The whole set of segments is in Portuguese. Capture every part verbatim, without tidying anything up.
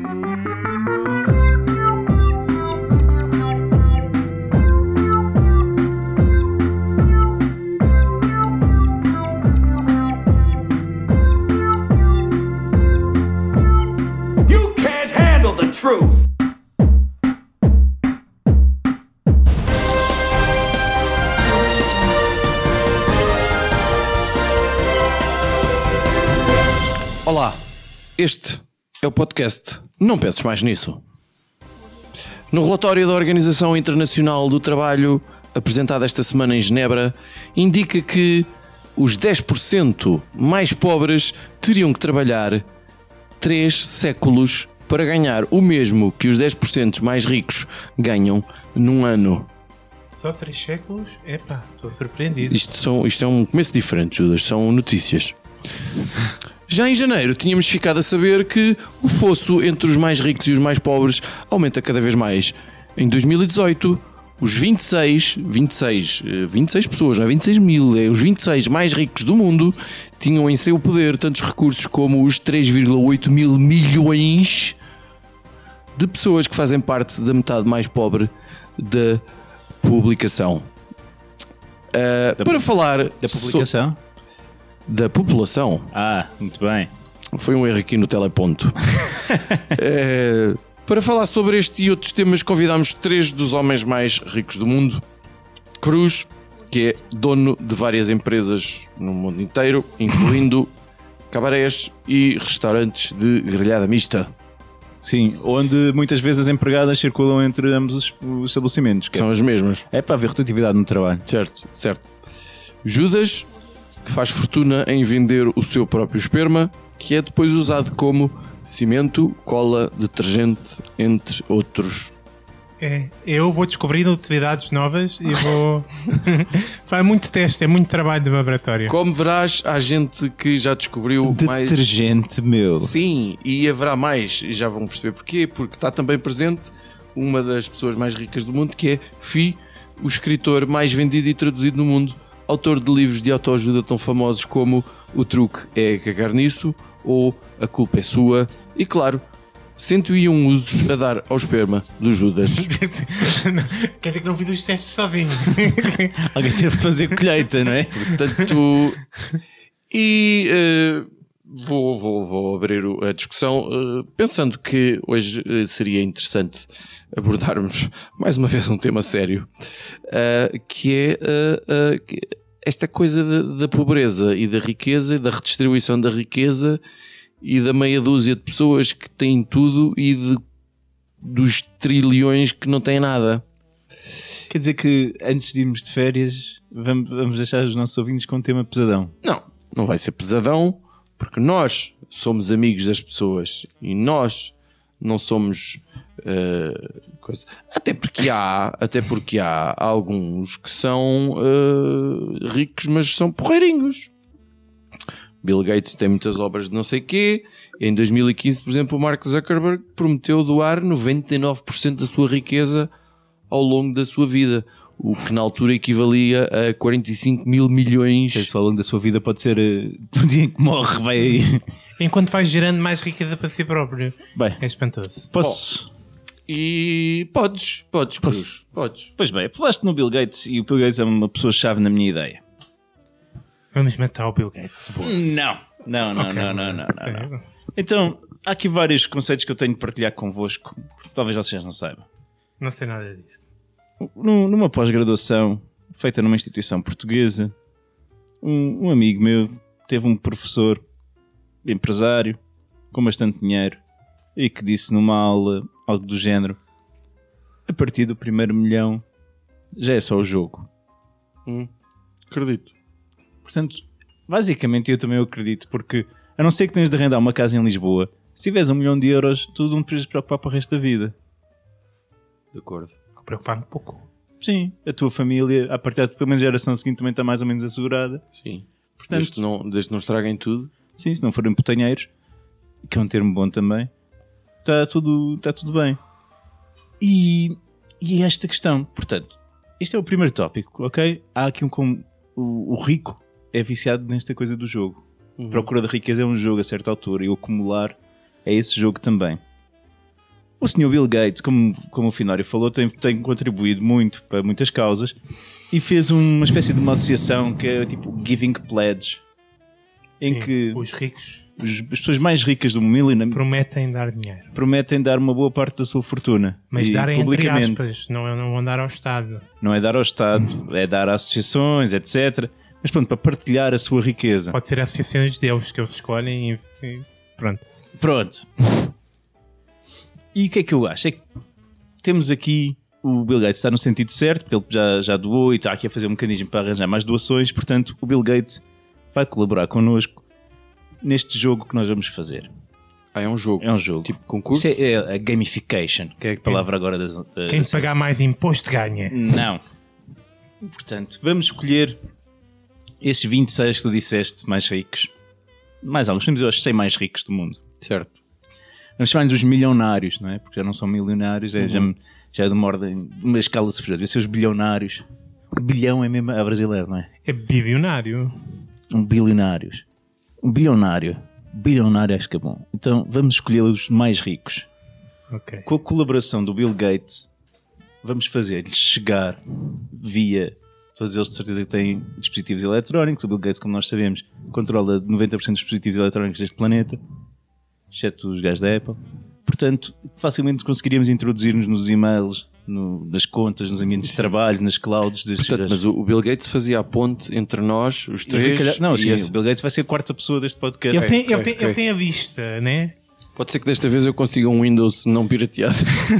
Olá, este é o podcast Não Penses Mais Nisso. No relatório da Organização Internacional do Trabalho, apresentado esta semana em Genebra, indica que os dez por cento mais pobres teriam que trabalhar três séculos para ganhar o mesmo que os dez por cento mais ricos ganham num ano. Só três séculos? Epá, estou surpreendido. Isto, são, isto é um começo diferente, Judas, são notícias. Já em janeiro tínhamos ficado a saber que o fosso entre os mais ricos e os mais pobres aumenta cada vez mais. Em dois mil e dezoito, os vinte e seis, vinte e seis, vinte e seis pessoas, não é vinte e seis mil, é os vinte e seis mais ricos do mundo tinham em seu poder tantos recursos como os três vírgula oito mil milhões de pessoas que fazem parte da metade mais pobre da publicação. Uh, da, para falar da publicação? So- da população. Ah, muito bem. Foi um erro aqui no teleponto. é, para falar sobre este e outros temas, convidámos três dos homens mais ricos do mundo. Cruz, que é dono de várias empresas no mundo inteiro, incluindo cabarés e restaurantes de grelhada mista. Sim, onde muitas vezes as empregadas circulam entre ambos os estabelecimentos. Que São é, as mesmas. É para haver rotatividade no trabalho. Certo, certo. Judas, que faz fortuna em vender o seu próprio esperma, que é depois usado como cimento, cola, detergente, entre outros. É, eu vou descobrindo atividades novas e vou... Faz muito teste, é muito trabalho de laboratório. Como verás, há gente que já descobriu mais... Detergente, meu. Sim, e haverá mais, e já vão perceber porquê, porque está também presente uma das pessoas mais ricas do mundo, que é Fi, o escritor mais vendido e traduzido no mundo, autor de livros de autoajuda tão famosos como O Truque é Cagar Nisso ou A Culpa é Sua e, claro, cento e um usos a dar ao esperma do Judas. Quer dizer que não vi os testes sozinho. Alguém teve de fazer colheita, não é? Portanto, e uh, vou, vou, vou abrir a discussão uh, pensando que hoje uh, seria interessante abordarmos mais uma vez um tema sério, uh, que é uh, uh, que esta coisa da, da pobreza e da riqueza e da redistribuição da riqueza e da meia dúzia de pessoas que têm tudo e de, dos trilhões que não têm nada. Quer dizer que antes de irmos de férias vamos, vamos deixar os nossos ouvintes com um tema pesadão. Não, não vai ser pesadão, porque nós somos amigos das pessoas e nós não somos uh, coisa. Até porque há até porque há alguns que são uh, ricos, mas são porreirinhos. Bill Gates tem muitas obras de não sei quê. Em dois mil e quinze, por exemplo, o Mark Zuckerberg prometeu doar noventa e nove por cento da sua riqueza ao longo da sua vida, o que na altura equivalia a quarenta e cinco mil milhões. Ao longo da sua vida pode ser uh, no dia em que morre, vai aí. Enquanto vais gerando mais riqueza para si próprio. Bem, é espantoso. Posso? Oh. E podes, podes, Cruz, podes. Pois bem, falaste no Bill Gates e o Bill Gates é uma pessoa-chave na minha ideia. Vamos matar o Bill Gates. Boa. Não, não, não, okay, não, não, não, não, não. Então, há aqui vários conceitos que eu tenho de partilhar convosco, porque talvez vocês não saibam. Não sei nada disso. Numa pós-graduação feita numa instituição portuguesa, um, um amigo meu teve um professor empresário com bastante dinheiro e que disse numa aula algo do género: a partir do primeiro milhão já é só o jogo. Hum, acredito. Portanto, basicamente eu também acredito, porque a não ser que tenhas de arrendar uma casa em Lisboa, se tiveres um milhão de euros, tu não te precisas preocupar para o resto da vida. De acordo. Vou preocupar-me um pouco. Sim, a tua família, a partir da pelo menos a geração seguinte, também está mais ou menos assegurada. Sim. Portanto, desde, não, desde não estraguem tudo. Sim, se não forem putanheiros, que é um termo bom também, está tudo, está tudo bem. E, e esta questão, portanto, este é o primeiro tópico, ok? Há aqui um como o, o rico é viciado nesta coisa do jogo. Uhum. Procura de riqueza é um jogo a certa altura e o acumular é esse jogo também. O senhor Bill Gates, como, como o Finório falou, tem, tem contribuído muito para muitas causas e fez uma espécie de uma associação que é tipo Giving Pledge, em Sim, que os ricos os, as pessoas mais ricas do milênio prometem dar dinheiro. prometem dar uma boa parte da sua fortuna. Mas e darem entre publicamente. aspas, não, não vão dar ao Estado. Não é dar ao Estado, é dar a associações, etcétera. Mas pronto, para partilhar a sua riqueza. Pode ser associações deles que eles escolhem e, e pronto. Pronto. E o que é que eu acho? É que temos aqui o Bill Gates está no sentido certo, porque ele já, já doou e está aqui a fazer um mecanismo para arranjar mais doações. Portanto, o Bill Gates vai colaborar connosco neste jogo que nós vamos fazer. Ah, é um jogo. É um jogo. Tipo concurso? Isto é, é a gamification, que é a palavra agora das... das Quem pagar mais imposto ganha. Não. Portanto, vamos escolher esses vinte e seis que tu disseste mais ricos. Mais alguns. Temos os cem mais ricos do mundo. Certo. Vamos chamar-lhes os milionários, não é? Porque já não são milionários, é, Uhum. já, já é de uma ordem, uma escala superior. Devia ser os bilionários. O bilhão é mesmo a brasileiro, não é? É bilionário. Um bilionários. Um bilionário. Bilionário acho que é bom. Então vamos escolher os mais ricos. Ok. Com a colaboração do Bill Gates, vamos fazer-lhes chegar via... Todos eles de certeza que têm dispositivos eletrónicos. O Bill Gates, como nós sabemos, controla noventa por cento dos dispositivos eletrónicos deste planeta, exceto os gajos da Apple. Portanto, facilmente conseguiríamos introduzir-nos nos e-mails, no, nas contas, nos ambientes de trabalho, nas clouds destes Portanto, gajos. mas o o Bill Gates fazia a ponte entre nós, os E três. calhar- não, e sim, esse- o Bill Gates vai ser a quarta pessoa deste podcast. Ele, tem, ele, ok, tem, ok. ele tem a vista, né? Pode ser que desta vez eu consiga um Windows não pirateado.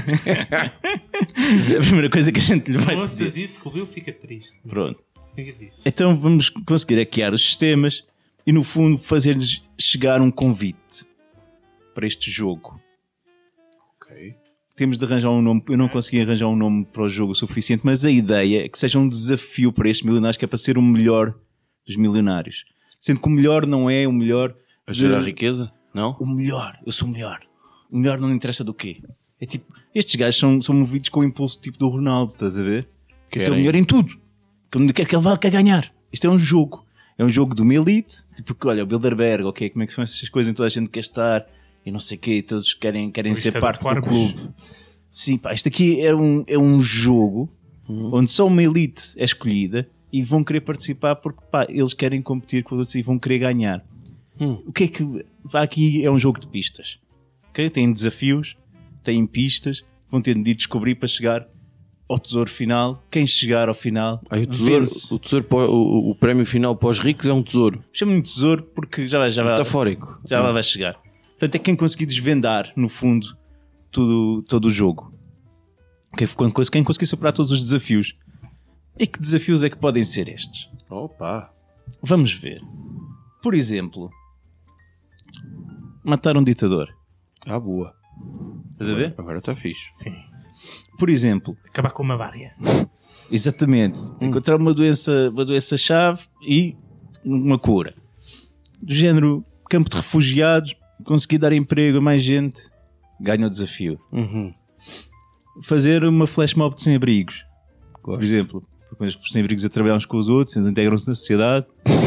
É a primeira coisa que a gente lhe vai Não pedir. ouças isso que o Bill fica triste. Pronto. Fica triste. Então vamos conseguir hackear os sistemas e, no fundo, fazer-lhes chegar um convite para este jogo. Ok. Temos de arranjar um nome. Eu não consegui arranjar um nome para o jogo suficiente, mas a ideia é que seja um desafio para estes milionários, que é para ser o melhor dos milionários. Sendo que o melhor não é o melhor. A de- gerar riqueza? Não? O melhor, eu sou o melhor. O melhor não interessa do quê? É tipo, estes gajos são, são movidos com o impulso tipo do Ronaldo, estás a ver? Que é ser o Querem- melhor em tudo. Que onde quer que ele vá, quer ganhar. Isto é um jogo. É um jogo de uma elite. Tipo, que, olha, o Bilderberg, ok, como é que são essas coisas em toda a gente quer estar e não sei o quê, todos querem, querem Lista ser de parte do Forbes. clube. Sim, pá, isto aqui é um, é um jogo onde só uma elite é escolhida e vão querer participar porque, pá, eles querem competir com os outros e vão querer ganhar. Hum. O que é que... Vá, aqui é um jogo de pistas. Ok? Tem desafios, tem pistas, vão ter de descobrir para chegar ao tesouro final. Quem chegar ao final Aí o tesouro, vence. o, tesouro pó- o, o prémio final para os ricos é um tesouro. Chama-me de tesouro porque já vai, já vai, Metafórico. já lá vai chegar. Portanto, é quem conseguir desvendar, no fundo, tudo, todo o jogo. Quem, quem conseguir superar todos os desafios. E que desafios é que podem ser estes? Opa. Vamos ver. Por exemplo, matar um ditador. Ah, boa. Estás a ver? Agora está fixe. Sim. Por exemplo, Acabar com uma vária. exatamente, encontrar uma doença, uma doença-chave e uma cura. Do género, campo de refugiados, conseguir dar emprego a mais gente, ganha o desafio. Uhum. Fazer uma flash mob de sem-abrigos, por Gosto. exemplo. Porque os sem-abrigos a trabalhar uns com os outros, eles integram-se na sociedade.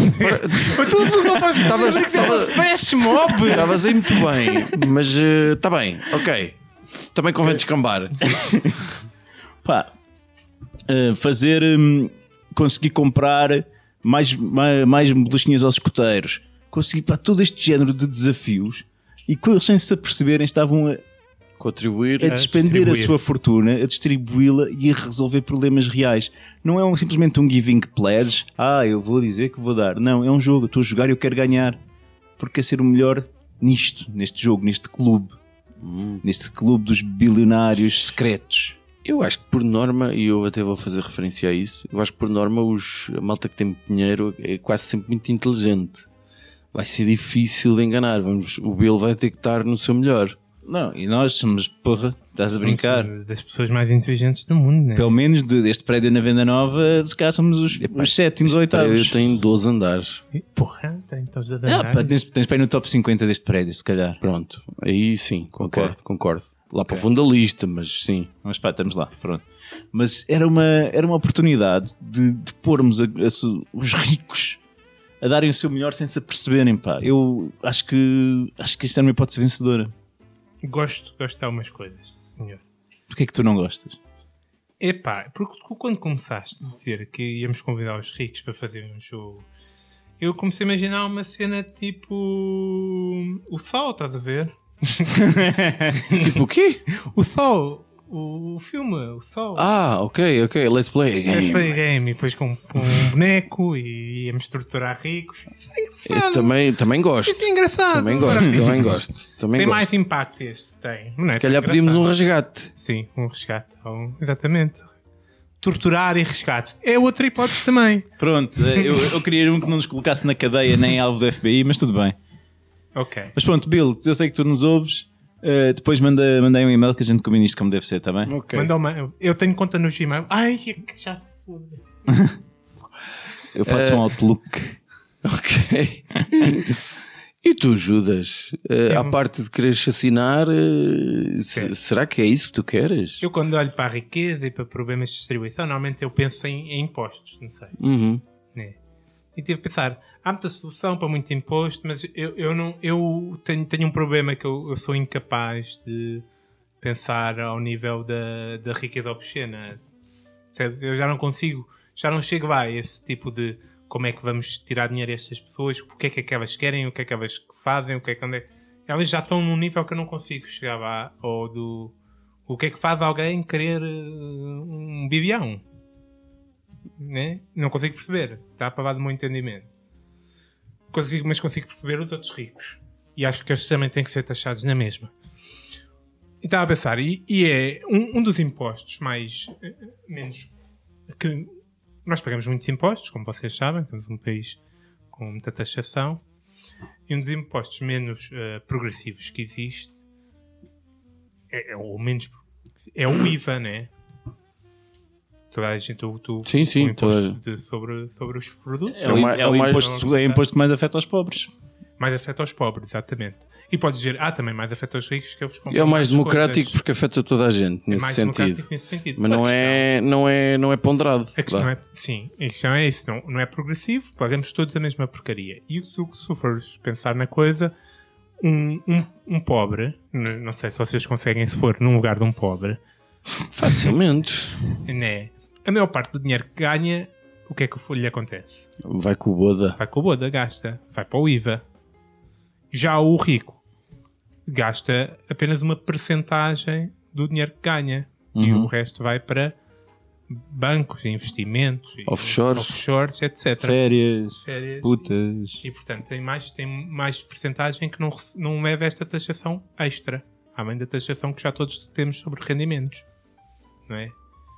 Estavas estavas- Flash mob! estavas aí muito bem, mas está bem, ok. Também convém descambar. Pá, uh, fazer, um, conseguir comprar mais, mais, mais bolachinhas aos escoteiros, conseguir para todo este género de desafios e que eles sem se aperceberem estavam a, Contribuir. a despender a distribuir. sua fortuna, a distribuí-la e a resolver problemas reais. Não é um, simplesmente um giving pledge, ah, eu vou dizer que vou dar. Não, é um jogo, eu estou a jogar e eu quero ganhar, porque quer ser o melhor nisto, neste jogo, neste clube, neste clube dos bilionários secretos. Eu acho que por norma, e eu até vou fazer referência a isso, eu acho que por norma os, a malta que tem muito dinheiro é quase sempre muito inteligente. Vai ser difícil de enganar. Vamos, o Bill vai ter que estar no seu melhor. Não, e nós somos, porra, estás a brincar. Somos, uh, das pessoas mais inteligentes do mundo, né? Pelo menos de- deste prédio na Venda Nova, se calhar somos os, os sétimos ou Este prédio oitavos. tem doze andares. Porra, tem todos a Ah, danar. pá, tens, tens para ir no top cinquenta deste prédio, se calhar. Pronto, aí sim, concordo, Ok. concordo. Lá para o fundo da lista, mas sim. Mas pá, estamos lá, pronto. Mas era uma, era uma oportunidade de, de pormos a- a su- os ricos a darem o seu melhor sem se aperceberem, pá. Eu acho que, acho que esta é uma hipótese vencedora. Gosto, gosto de algumas coisas, senhor. Porquê é que tu não gostas? Epá, porque tu, quando começaste a dizer que íamos convidar os ricos para fazer um jogo, eu comecei a imaginar uma cena tipo o Sol, estás a ver? Tipo o quê? O Sol, o, o filme, o Sol. Ah, ok, ok. Let's play a game. Let's play a game, e depois com, com um boneco e íamos torturar ricos. Isso é engraçado. Eu também, também gosto. Isso é engraçado. Também gosto, Agora, também gosto. Também tem gosto. mais impacto este, tem. Não é? Se calhar Tem pedimos um engraçado. resgate. Sim, um resgate. Ou, exatamente. Torturar e resgate. É outra hipótese também. Pronto, eu, eu queria um que não nos colocasse na cadeia nem alvo do F B I, mas tudo bem. Ok. Mas pronto, Bill, eu sei que tu nos ouves. Uh, depois manda, mandei um e-mail que a gente combina isto como deve ser, está bem? Ok. Manda uma, eu tenho conta no Gmail. Ai, é que já foda. Eu faço Uh, um Outlook. Ok. E tu, Judas? Uh, à parte de quereres chacinar, uh, se- será que é isso que tu queres? Eu quando olho para a riqueza e para problemas de distribuição, normalmente eu penso em, em impostos, não sei. Uhum. Né? E tive a pensar, há muita solução para muito imposto, mas eu, eu, não, eu tenho, tenho um problema que eu, eu sou incapaz de pensar ao nível da, da riqueza obscena. Percebes? Eu já não consigo, já não chego lá a esse tipo de como é que vamos tirar dinheiro a estas pessoas, o que é que elas querem, o que é que elas fazem, o que é que onde é... Elas já estão num nível que eu não consigo chegar lá, ou do o que é que faz alguém querer uh, um bibião. Né? Não consigo perceber, está para lá do meu entendimento. Consigo, mas consigo perceber os outros ricos, e acho que estes também têm que ser taxados na mesma. E estava a pensar, e, e é um, um dos impostos mais eh, menos que nós pagamos muitos impostos, como vocês sabem, temos um país com muita taxação, e um dos impostos menos uh, progressivos que existe é, é o menos é o I V A, né? Toda a gente, tu, tu, Sim, sim, o imposto toda- de- sobre, sobre os produtos. É, o, ma- é é o o mais- imposto, é o imposto que mais afeta aos pobres. Mais afeta aos pobres, exatamente. E podes dizer, ah, também mais afeta aos ricos que eles compram É o mais mais democrático coisas. porque afeta toda a gente É nesse mais sentido. democrático nesse sentido. Mas não A é, não, é, não é ponderado. A questão Vá. é, sim, a questão é isso, não, não é progressivo, pagamos todos a mesma porcaria. E se se fores pensar na coisa, um, um, um pobre, n- não sei se vocês conseguem se for num lugar de um pobre, Facilmente. né? A maior parte do dinheiro que ganha, o que é que lhe acontece? Vai com o Boda. Vai com o Boda, gasta, vai para o I V A. Já o rico gasta apenas uma percentagem do dinheiro que ganha, e o resto vai para bancos, investimentos, e Offshores. offshores, etcétera. Férias, Férias. putas. E portanto tem mais, tem mais percentagem que não, rece- não leva esta taxação extra, além da taxação que já todos temos sobre rendimentos, não é?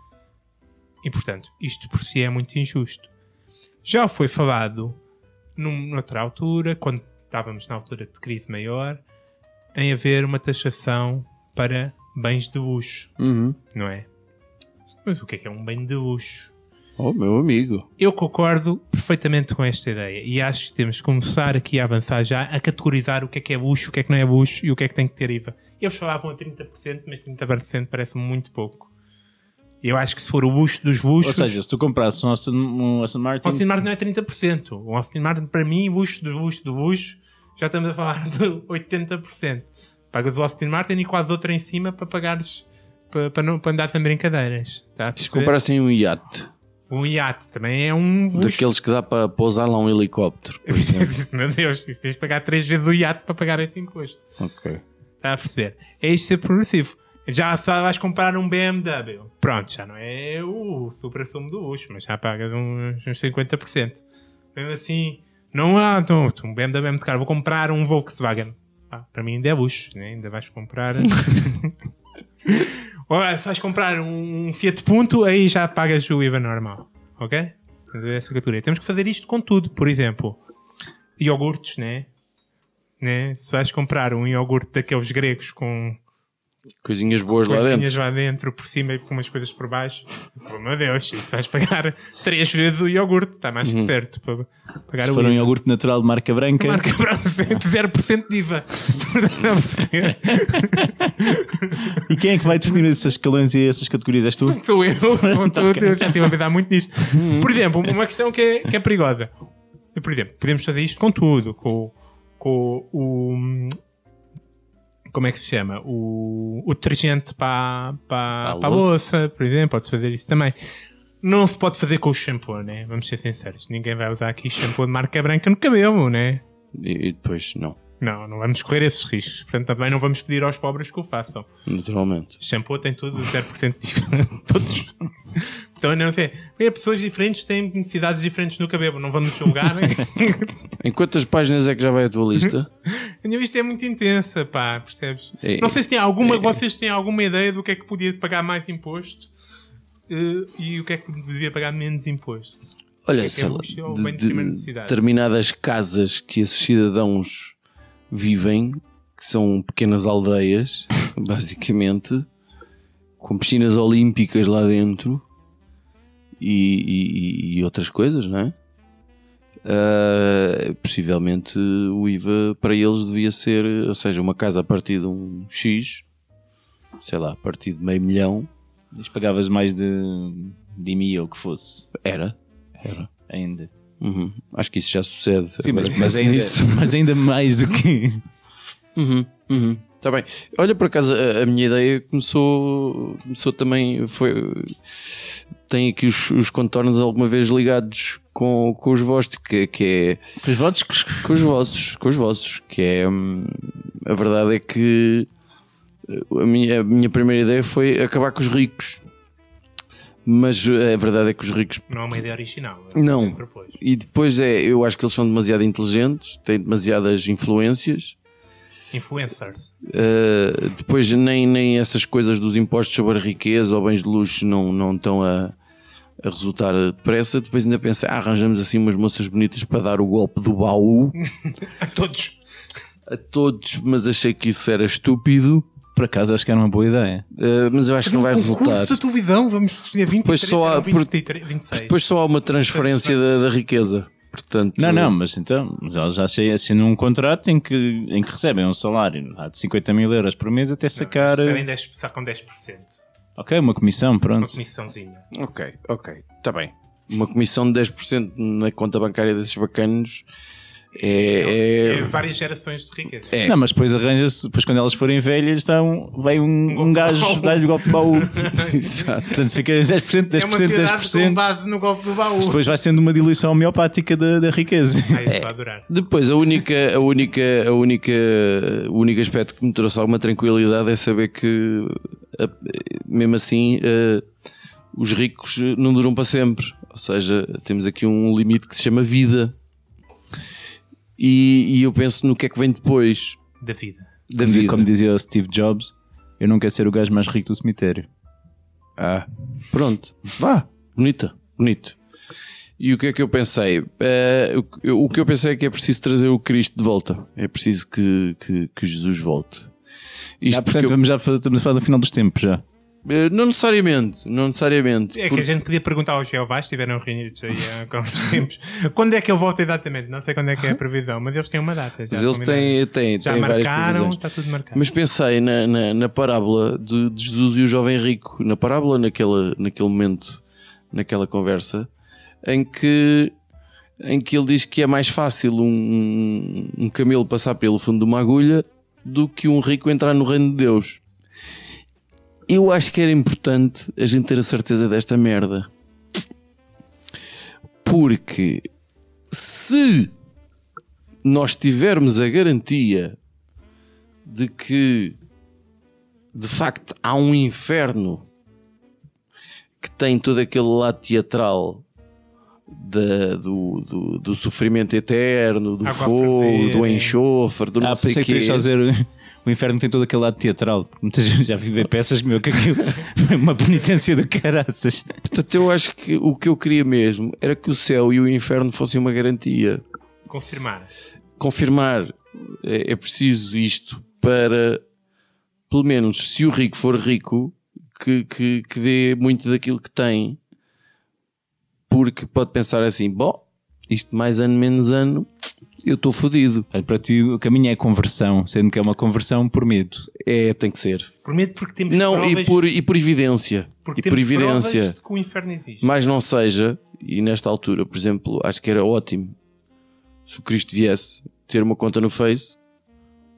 E portanto, isto por si é muito injusto. Já foi falado num, noutra altura, quando estávamos na altura de crise maior, em haver uma taxação para bens de luxo, Uhum. não é? Mas o que é que é um bem de luxo? Oh, meu amigo. Eu concordo perfeitamente com esta ideia e acho que temos que começar aqui a avançar já a categorizar o que é que é luxo, o que é que não é luxo e o que é que tem que ter I V A. Eles falavam a trinta por cento, mas trinta por cento parece-me muito pouco. Eu acho que se for o luxo dos luxos... Ou seja, se tu comprasses um Aston, um Aston Martin, o Aston Martin não é trinta por cento. O Aston Martin, para mim, luxo do luxo do luxo, já estamos a falar de oitenta por cento. Pagas o Aston Martin e quase outra em cima para pagares... Para, para, não, para andar em brincadeiras. Tá a Se perceber? comparassem um iate, Um iate também é um luxo. daqueles que dá para pousar lá um helicóptero, por exemplo. Meu Deus, isso tens de pagar três vezes o iate para pagar esse imposto. Ok. Está a perceber? É isto ser progressivo. Já só vais comprar um B M W. Pronto, já não é o supra-sumo do luxo, mas já pagas uns, uns cinquenta por cento. Mesmo assim, não há. Então, um B M W é muito caro. Vou comprar um Volkswagen. Ah, para mim ainda é luxo, né? Ainda vais comprar. Ou se vais comprar um Fiat Punto, aí já pagas o I V A normal. Ok? Essa categoria. Temos que fazer isto com tudo. Por exemplo, iogurtes, né? né? Se vais comprar um iogurte daqueles gregos com Coisinhas boas lá coisinhas dentro. lá dentro, por cima e com umas coisas por baixo, oh meu Deus, isso vais pagar três vezes o iogurte. Está mais que certo para pagar se o for um I V A. iogurte natural de marca branca, Marca branca, zero por cento de I V A. e quem é que vai definir esses escalões e essas categorias? És tu? Sou eu, sou tu, eu já estive a pensar muito nisto. Por exemplo, uma questão que é, que é perigosa. Por exemplo, podemos fazer isto com tudo, com, com o. como é que se chama? O, o detergente para, para, A para a louça. louça, por exemplo, pode fazer isso também. Não se pode fazer com o shampoo, né? Vamos ser sinceros. Ninguém vai usar aqui shampoo de marca branca no cabelo, né? E, e depois, não. Não, não vamos correr esses riscos. Portanto, também não vamos pedir aos pobres que o façam. Naturalmente. Shampoo tem tudo zero por cento diferente. Todos. Então, não sei. Porque pessoas diferentes têm necessidades diferentes no cabelo. Não vamos julgar. Em quantas páginas é que já vai a tua lista? A minha vista é muito intensa, pá, percebes? É, não sei se tem alguma, é, vocês têm alguma ideia do que é que podia pagar mais imposto uh, e o que é que devia pagar menos imposto. Olha, que é sei lá, luxo ou de, bem de de primeira necessidade? determinadas casas que esses cidadãos vivem, que são pequenas aldeias, basicamente, com piscinas olímpicas lá dentro e, e, e outras coisas, não é? Uh, possivelmente o I V A para eles devia ser, ou seja, uma casa a partir de um X, sei lá, a partir de meio milhão. Mas pagavas mais de, de mil ou o que fosse. Era, era. Ainda. Uhum. Acho que isso já sucede. Sim, Agora mas, mas, penso ainda, nisso. mas ainda mais do que. Uhum, uhum. Tá bem. Olha, por acaso a, a minha ideia começou, começou também, foi, tem aqui os, os contornos alguma vez ligados com, com os vossos, que, que é Com os votos? com os vossos, com os vossos, que é hum, a verdade é que a minha, a minha primeira ideia foi acabar com os ricos, mas a verdade é que os ricos Não é uma ideia original. é o que não. eu propus. E depois é, eu acho que eles são demasiado inteligentes, têm demasiadas influências. Influencers. Uh, depois nem, nem essas coisas dos impostos sobre a riqueza ou bens de luxo não, não estão a, a resultar depressa. Depois ainda pensei, ah, arranjamos assim umas moças bonitas para dar o golpe do baú A todos. a todos, mas achei que isso era estúpido. Por acaso acho que era uma boa ideia. Uh, mas eu acho que não vai Um resultar. concurso da televisão, vamos escolher vinte e três, Depois só há- não, vinte e três, vinte e seis. Depois só há uma transferência da, da riqueza. Portanto, Não, não, mas então, mas elas já se- assinam um contrato em que, em que recebem um salário de cinquenta mil euros por mês até sacar. Recebem dez, sacam dez por cento. Ok, uma comissão, Uma pronto. comissãozinha. Ok, ok, está bem. Uma comissão de dez por cento na conta bancária desses bacanos é. É é... várias gerações de riqueza. É. Não, mas depois arranja-se, depois quando elas forem velhas, está um, vai um, golpe um de gajo baú. dar-lhe o golpe de baú. Exato. Portanto, fica dez por cento, dez É por uma cento, dez sociedade por com cento. base no golpe do baú. Depois vai sendo uma diluição homeopática da, da riqueza. Ah, isso vai adorar. Depois, a única, a única, a única, o único aspecto que me trouxe alguma tranquilidade é saber que, a- mesmo assim, eh, os ricos não duram para sempre. Ou seja, temos aqui um limite que se chama vida. E, e eu penso no que é que vem depois Da vida. da Como, vida. como dizia o Steve Jobs, eu não quero ser o gajo mais rico do cemitério. Ah, pronto. Vá, bonita, bonito. E o que é que eu pensei? Eh, o, que- o que eu pensei é que é preciso trazer o Cristo de volta. É preciso que, que, que Jesus volte. Isto Ah, porque portanto, eu- vamos já fazer, estamos a falar do final dos tempos já. eh, não necessariamente, não necessariamente. É que porque- a gente podia perguntar aos Jeová, estiveram reunidos aí há com uns tempos, quando é que ele volta exatamente? Não sei quando é que é a previsão, mas eles têm uma data. Já Mas eles combinaram. têm, têm, Já têm várias marcaram, previsões. está tudo marcado. Mas pensei na, na, na parábola de, de Jesus e o jovem rico, na parábola, naquela, naquele momento, naquela conversa, em que, em que ele diz que é mais fácil um, um camelo passar pelo fundo de uma agulha do que um rico entrar no reino de Deus. Eu acho que era importante a gente ter a certeza desta merda. Porque se nós tivermos a garantia de que de facto há um inferno que tem todo aquele lado teatral da- do, do, do sofrimento eterno, do Água a fogo, ferver, do é. enxofre, do não Ah, sei pensei o que tu quê. ias só dizer o inferno tem todo aquele lado teatral. Muitas vezes já vi ver peças meu, que aquilo foi uma penitência do caraças. Portanto, eu acho que o que eu queria mesmo era que o céu e o inferno fossem uma garantia. Confirmar. Confirmar, é, é preciso isto para, pelo menos, se o rico for rico, que, que, que dê muito daquilo que tem, porque pode pensar assim: bom, isto mais ano menos ano, eu estou fodido. Olha, para ti o caminho é a conversão, sendo que é uma conversão por medo. É, tem que ser. Por medo porque temos Não, provas, e por, e por evidência. porque E por temos evidência. provas de que o inferno existe. Mas não seja, e nesta altura, por exemplo, acho que era ótimo se o Cristo viesse ter uma conta no Face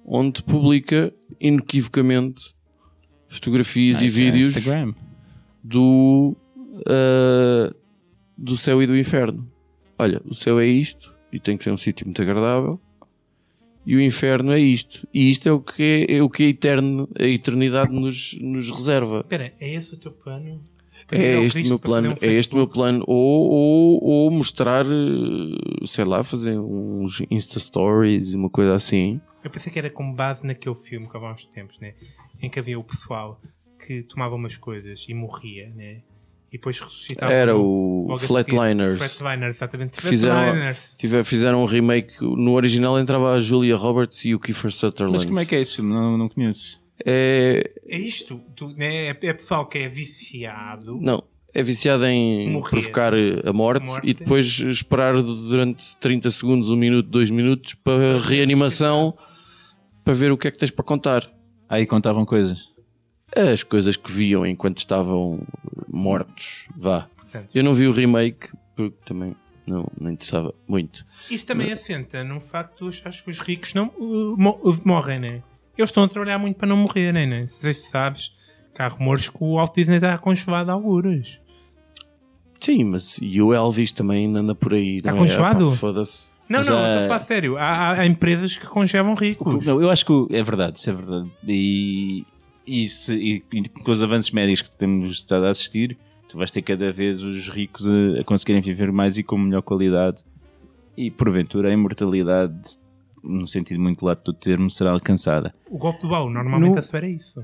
onde publica inequivocamente fotografias Ah, e isso é vídeos Instagram. do, uh, do céu e do inferno. Olha, o céu é isto e tem que ser um sítio muito agradável, e o inferno é isto, e isto é o que, é, é o que a, eterno, a eternidade nos, nos reserva. Espera, é esse o teu plano? É este o meu plano, é este o meu plano, ou, ou, ou mostrar, sei lá, fazer uns Insta Stories, uma coisa assim. Eu pensei que era com base naquele filme que há uns tempos, né? Em que havia o pessoal que tomava umas coisas e morria, né? E depois ressuscitava. Era o logo a Flatliners. seguir. Flatliners, exatamente. Fizeram, Flatliners. tive- fizeram um remake. No original entrava a Julia Roberts e o Kiefer Sutherland. Mas como é que é esse filme? Não, não conheço. É, É isto, tu, né? É, é pessoal que é viciado. não, é viciado em Morrer. provocar a morte, Morte. e depois esperar durante trinta segundos, um minuto, dois minutos para reanimação, para ver o que é que tens para contar. Aí contavam coisas. As coisas que viam enquanto estavam mortos, vá. Portanto, Eu não vi o remake porque também não, não interessava muito. isso também assenta num facto de acho que os ricos não uh, mo- uh, morrem, né? Eles estão a trabalhar muito para não morrerem, né? Não sei se sabes que há rumores que o Walt Disney está congelado a algures. Sim, mas e o Elvis também anda por aí. Está não é? congelado? Ah, pá, foda-se. Não, Mas não, há- estou a falar sério. Há, há- há empresas que congelam ricos. Não, eu acho que o- é verdade, isso é verdade. E, e, se- e- e com os avanços médicos que temos estado a assistir, tu vais ter cada vez os ricos a, a conseguirem viver mais e com melhor qualidade. E porventura a imortalidade, num sentido muito lato do termo, será alcançada. O golpe do baú normalmente No- assevera isso.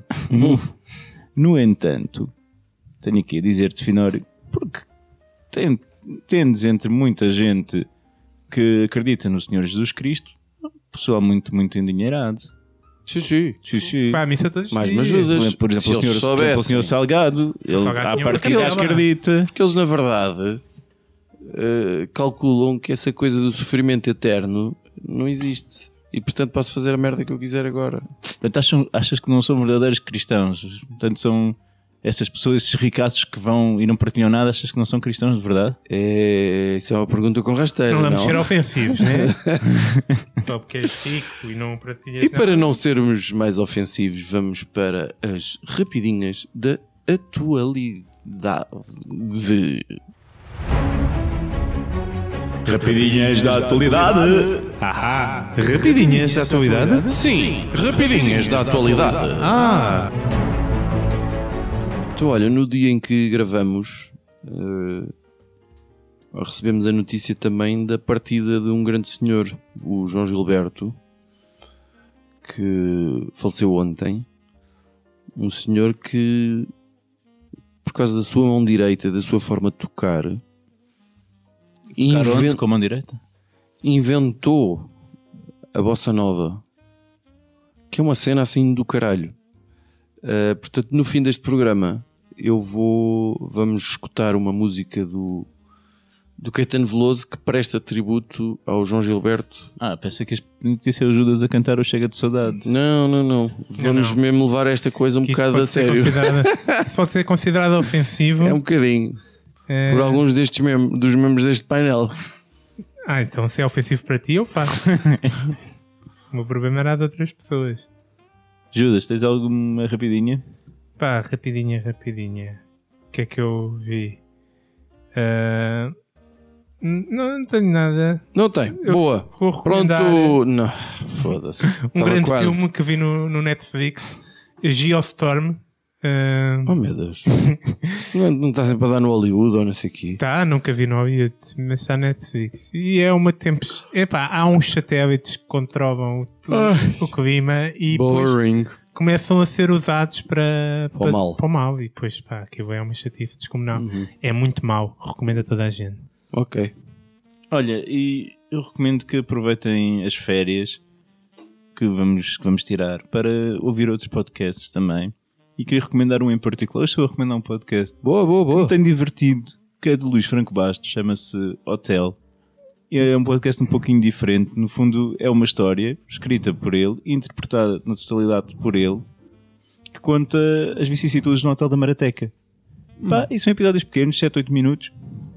No entanto, tenho aqui a dizer-te, Finório, porque ten- tendes entre muita gente que acredita no Senhor Jesus Cristo, pessoal muito, muito endinheirado. Sim, sim. Sim, sim. Vai à missa todos os Mais me dias. ajudas. Por exemplo, Se o eles senhor, por exemplo, o soubessem. senhor Salgado, ele Salgado à tinha partida uma cabela. acredita. Porque eles, na verdade, eh, calculam que essa coisa do sofrimento eterno não existe. E, portanto, posso fazer a merda que eu quiser agora. Portanto, acham, achas que não são verdadeiros cristãos? Portanto, são essas pessoas, esses ricaços que vão e não partilham nada, achas que não são cristãos de verdade? É, isso é uma pergunta com rasteira, Não não? vamos ser ofensivos, né? Só porque és rico e não partilhas E para não sermos mais ofensivos, vamos para as rapidinhas da atualidade. Rapidinhas da atualidade. Ahá, rapidinhas da atualidade? Sim, rapidinhas da atualidade. Ah, Então, olha, no dia em que gravamos, eh, recebemos a notícia também da partida de um grande senhor, o João Gilberto, que faleceu ontem. Um senhor que, por causa da sua mão direita, da sua forma de tocar, Tocar inven- onde? Com a mão direita? inventou a bossa nova, que é uma cena assim do caralho. Uh, portanto, no fim deste programa, eu vou. Vamos escutar uma música do, do Caetano Veloso que presta tributo ao João Gilberto. Ah, pensei que podia ser o Judas a cantar o Chega de Saudade. Não, não, não. Vamos não. mesmo levar esta coisa um que isso bocado pode a ser sério. considerado- Isso pode ser considerado ofensivo. É um bocadinho. É- Por alguns destes mem- dos membros deste painel. Ah, então se é ofensivo para ti, eu faço. O meu problema era de outras pessoas. Judas, tens alguma rapidinha? Pá, rapidinha, rapidinha. O que é que eu vi? Ah, n- não, não tenho nada. Não tem. Eu Boa. vou recomendar Pronto. Não. Foda-se. um Estava grande quase. filme que vi no, no Netflix, Geostorm. Ah, Oh meu Deus. Isso não, não está sempre a dar no Hollywood ou não sei o quê. Tá, nunca vi no Hollywood, mas está na Netflix. E é uma tempestade. Epá, há uns satélites que controlam tudo, Ai. o clima e depois Boring. começam a ser usados para, Para o mal. para o mal. E depois, pá, aquilo é uma chatice descomunal. Uhum. É muito mau. Recomendo a toda a gente. Ok. Olha, e eu recomendo que aproveitem as férias que vamos, que vamos tirar para ouvir outros podcasts também. E queria recomendar um em particular. Hoje estou a recomendar um podcast Boa, boa, que boa. me tem divertido, que é de Luís Franco Bastos, chama-se Hotel. E é um podcast um pouquinho diferente. No fundo, é uma história escrita por ele, interpretada na totalidade por ele, que conta as vicissitudes no Hotel da Marateca. Pá, e são episódios pequenos, sete, oito minutos.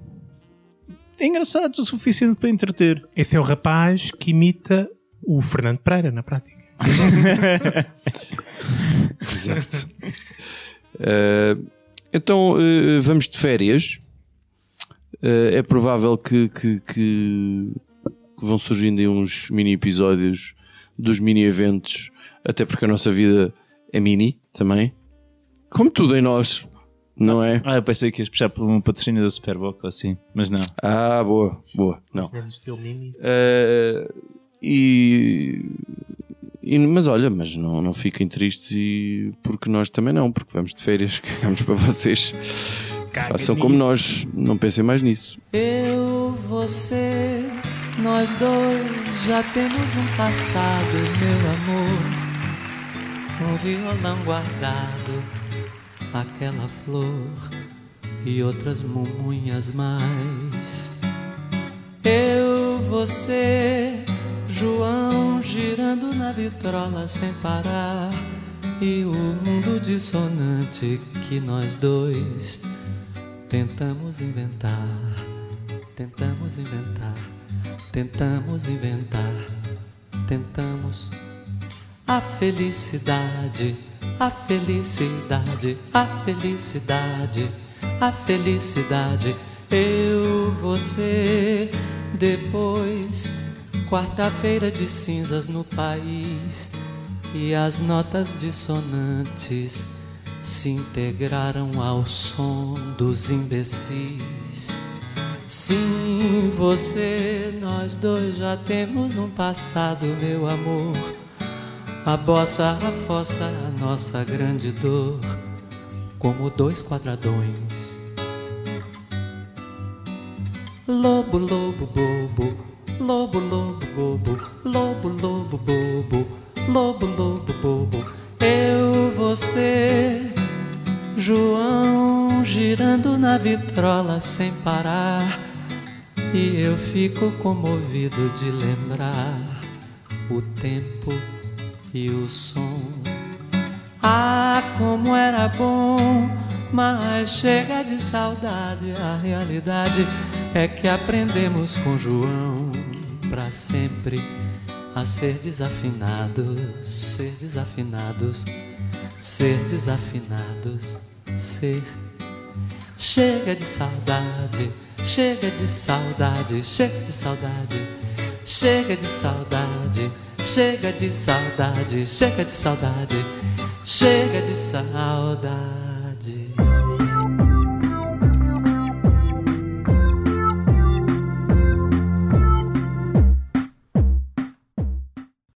É engraçado o suficiente para entreter. Esse é o rapaz que imita o Fernando Pereira, na prática. Exato. Uh, então uh, vamos de férias. Uh, é provável que, que, que, que vão surgindo aí uns mini episódios dos mini eventos, até porque a nossa vida é mini também, como tudo em nós, não é? Ah, eu pensei que ias puxar por um patrocínio da Superboc ou assim, mas não. Ah, boa, boa, não. Estilo mini. Uh, e, e mas olha, mas não, não fiquem tristes, e porque nós também não, porque vamos de férias, cagamos para vocês. Caga Façam nisso. como nós, não pensem mais nisso. Eu, você, nós dois já temos um passado, meu amor. Um violão guardado, aquela flor e outras mumunhas mais. Eu, você, João girando na vitrola sem parar, e o mundo dissonante que nós dois tentamos inventar, tentamos inventar, tentamos inventar, tentamos. A felicidade, a felicidade, a felicidade, a felicidade. Eu, você, depois, quarta-feira de cinzas no país, e as notas dissonantes se integraram ao som dos imbecis. Sim, você, nós dois já temos um passado, meu amor. A bossa, a fossa, a nossa grande dor, como dois quadradões. Lobo, lobo, bobo, lobo, lobo, bobo, lobo, lobo, bobo, lobo, lobo, bobo. Eu, você, João girando na vitrola sem parar, e eu fico comovido de lembrar o tempo e o som. Ah, como era bom, mas chega de saudade. A realidade é que aprendemos com João pra sempre a ser desafinados, ser desafinados, ser desafinados, ser. Chega de saudade, chega de saudade, chega de saudade, chega de saudade. Chega de saudade, chega de saudade, chega de saudade.